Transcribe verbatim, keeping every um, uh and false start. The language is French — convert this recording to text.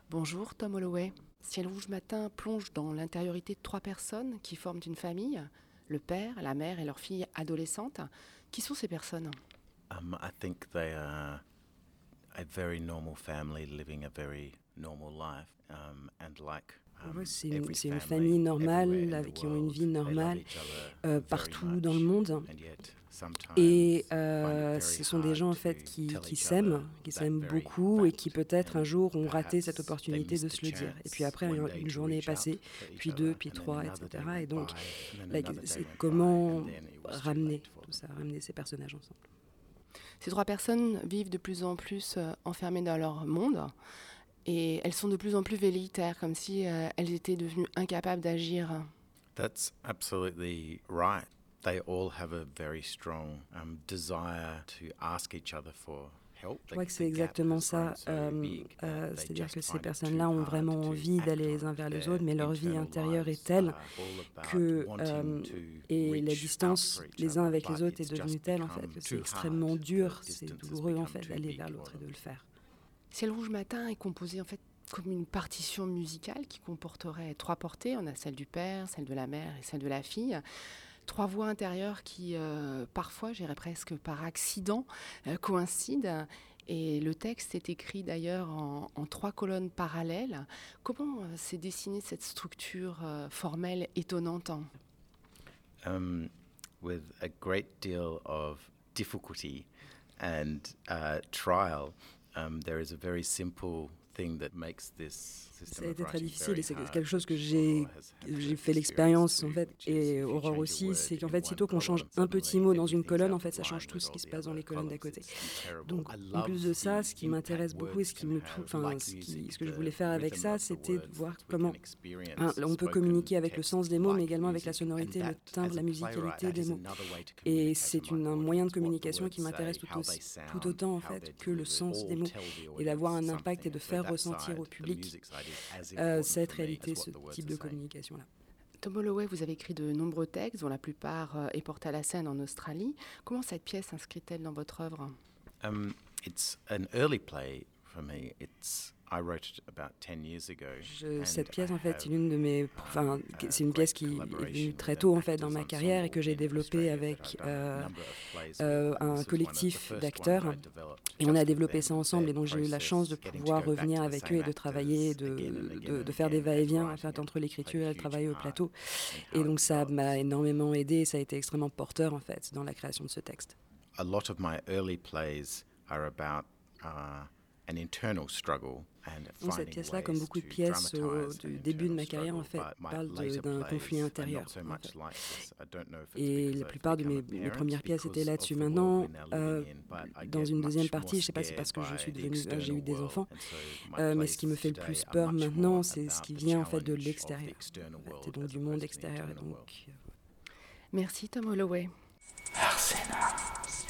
Bonjour Tom Holloway. Ciel rouge matin plonge dans l'intériorité de trois personnes qui forment une famille, le père, la mère et leur fille adolescente. Qui sont ces personnes? Um, I think they are a very normal family living a very normal life, um, and like Pour moi, um, c'est une, every c'est une family famille normale everywhere in the avec qui ont une world, vie they love normale each other euh, very partout dans le much, monde. and yet sometimes Et find it euh, very ce sont des gens en hard fait to qui, tell qui each s'aiment, other qui that s'aiment very beaucoup et qui fact, peut-être un and jour ont raté perhaps cette they opportunité de missed se a le dire. Et puis chance après, one une, day une to journée est reach out passée, to each puis other, deux, puis and then trois, another day et cetera. Et went donc, by, and then like, another day c'est went by, comment and then it was too ramener late for tout them. ça, ramener ces personnages ensemble. Ces trois personnes vivent de plus en plus euh, enfermées dans leur monde et elles sont de plus en plus velléitaires, comme si euh, elles étaient devenues incapables d'agir. That's absolutely right. They all have a very strong um, desire to ask each other for help. Je crois que c'est exactement ça. Euh, euh, c'est-à-dire que ces personnes-là ont vraiment envie d'aller les uns vers les autres, mais leur vie intérieure est telle que euh, et la distance les uns avec les autres est devenue telle en fait que c'est extrêmement dur, c'est douloureux en fait d'aller vers l'autre et de le faire. Ciel rouge matin est composé en fait comme une partition musicale qui comporterait trois portées. On a celle du père, celle de la mère et celle de la fille. Trois voix intérieures qui, euh, parfois, j'irais presque par accident, euh, coïncident. Et le texte est écrit d'ailleurs en, en trois colonnes parallèles. Comment euh, s'est dessinée cette structure euh, formelle étonnante? Um, with a great deal of difficulty and uh, trial, um, there is a very simple thing that makes this Ça a été très difficile et c'est quelque chose que j'ai, j'ai fait l'expérience en fait, et Aurore aussi, c'est qu'en fait sitôt qu'on change un petit mot dans une colonne, en fait ça change tout ce qui se passe dans les colonnes d'à côté. Donc en plus de ça, ce qui m'intéresse beaucoup et ce qui me tou- enfin ce, qui, ce que je voulais faire avec ça, c'était de voir comment hein, on peut communiquer avec le sens des mots, mais également avec la sonorité, le timbre, la musicalité des mots. Et c'est une, un moyen de communication qui m'intéresse tout, aussi, tout autant en fait que le sens des mots et d'avoir un impact et de faire ressentir au public Euh, cette réalité, ce type de communication-là. Tom Holloway, vous avez écrit de nombreux textes, dont la plupart euh, est portée à la scène en Australie. Comment cette pièce s'inscrit-elle dans votre œuvre? Um, it's an early play for me. It's I wrote it about ten years ago. Je, cette pièce, en fait, c'est l'une de mes, enfin, c'est une pièce qui est venue très tôt en fait dans ma carrière et que j'ai développée avec euh, euh, un collectif d'acteurs. Et on a développé ça ensemble. Et donc j'ai eu la chance de pouvoir revenir avec eux et de travailler, de, de, de faire des va-et-vient en fait entre l'écriture et le travail au plateau. Et donc ça m'a énormément aidé. Ça a été extrêmement porteur en fait dans la création de ce texte. A lot of my early plays are about uh, an internal struggle. Dans cette pièce-là, comme beaucoup de pièces au du début de ma carrière, en fait, parlent de, d'un conflit intérieur. En fait. Et la plupart de mes, mes premières pièces étaient là-dessus. Maintenant, euh, dans une deuxième partie, je ne sais pas, c'est parce que je suis devenue, euh, j'ai eu des enfants, euh, mais ce qui me fait le plus peur maintenant, c'est ce qui vient en fait de l'extérieur, en fait, et donc du monde extérieur. Et donc, Merci Tom Holloway. Arsena.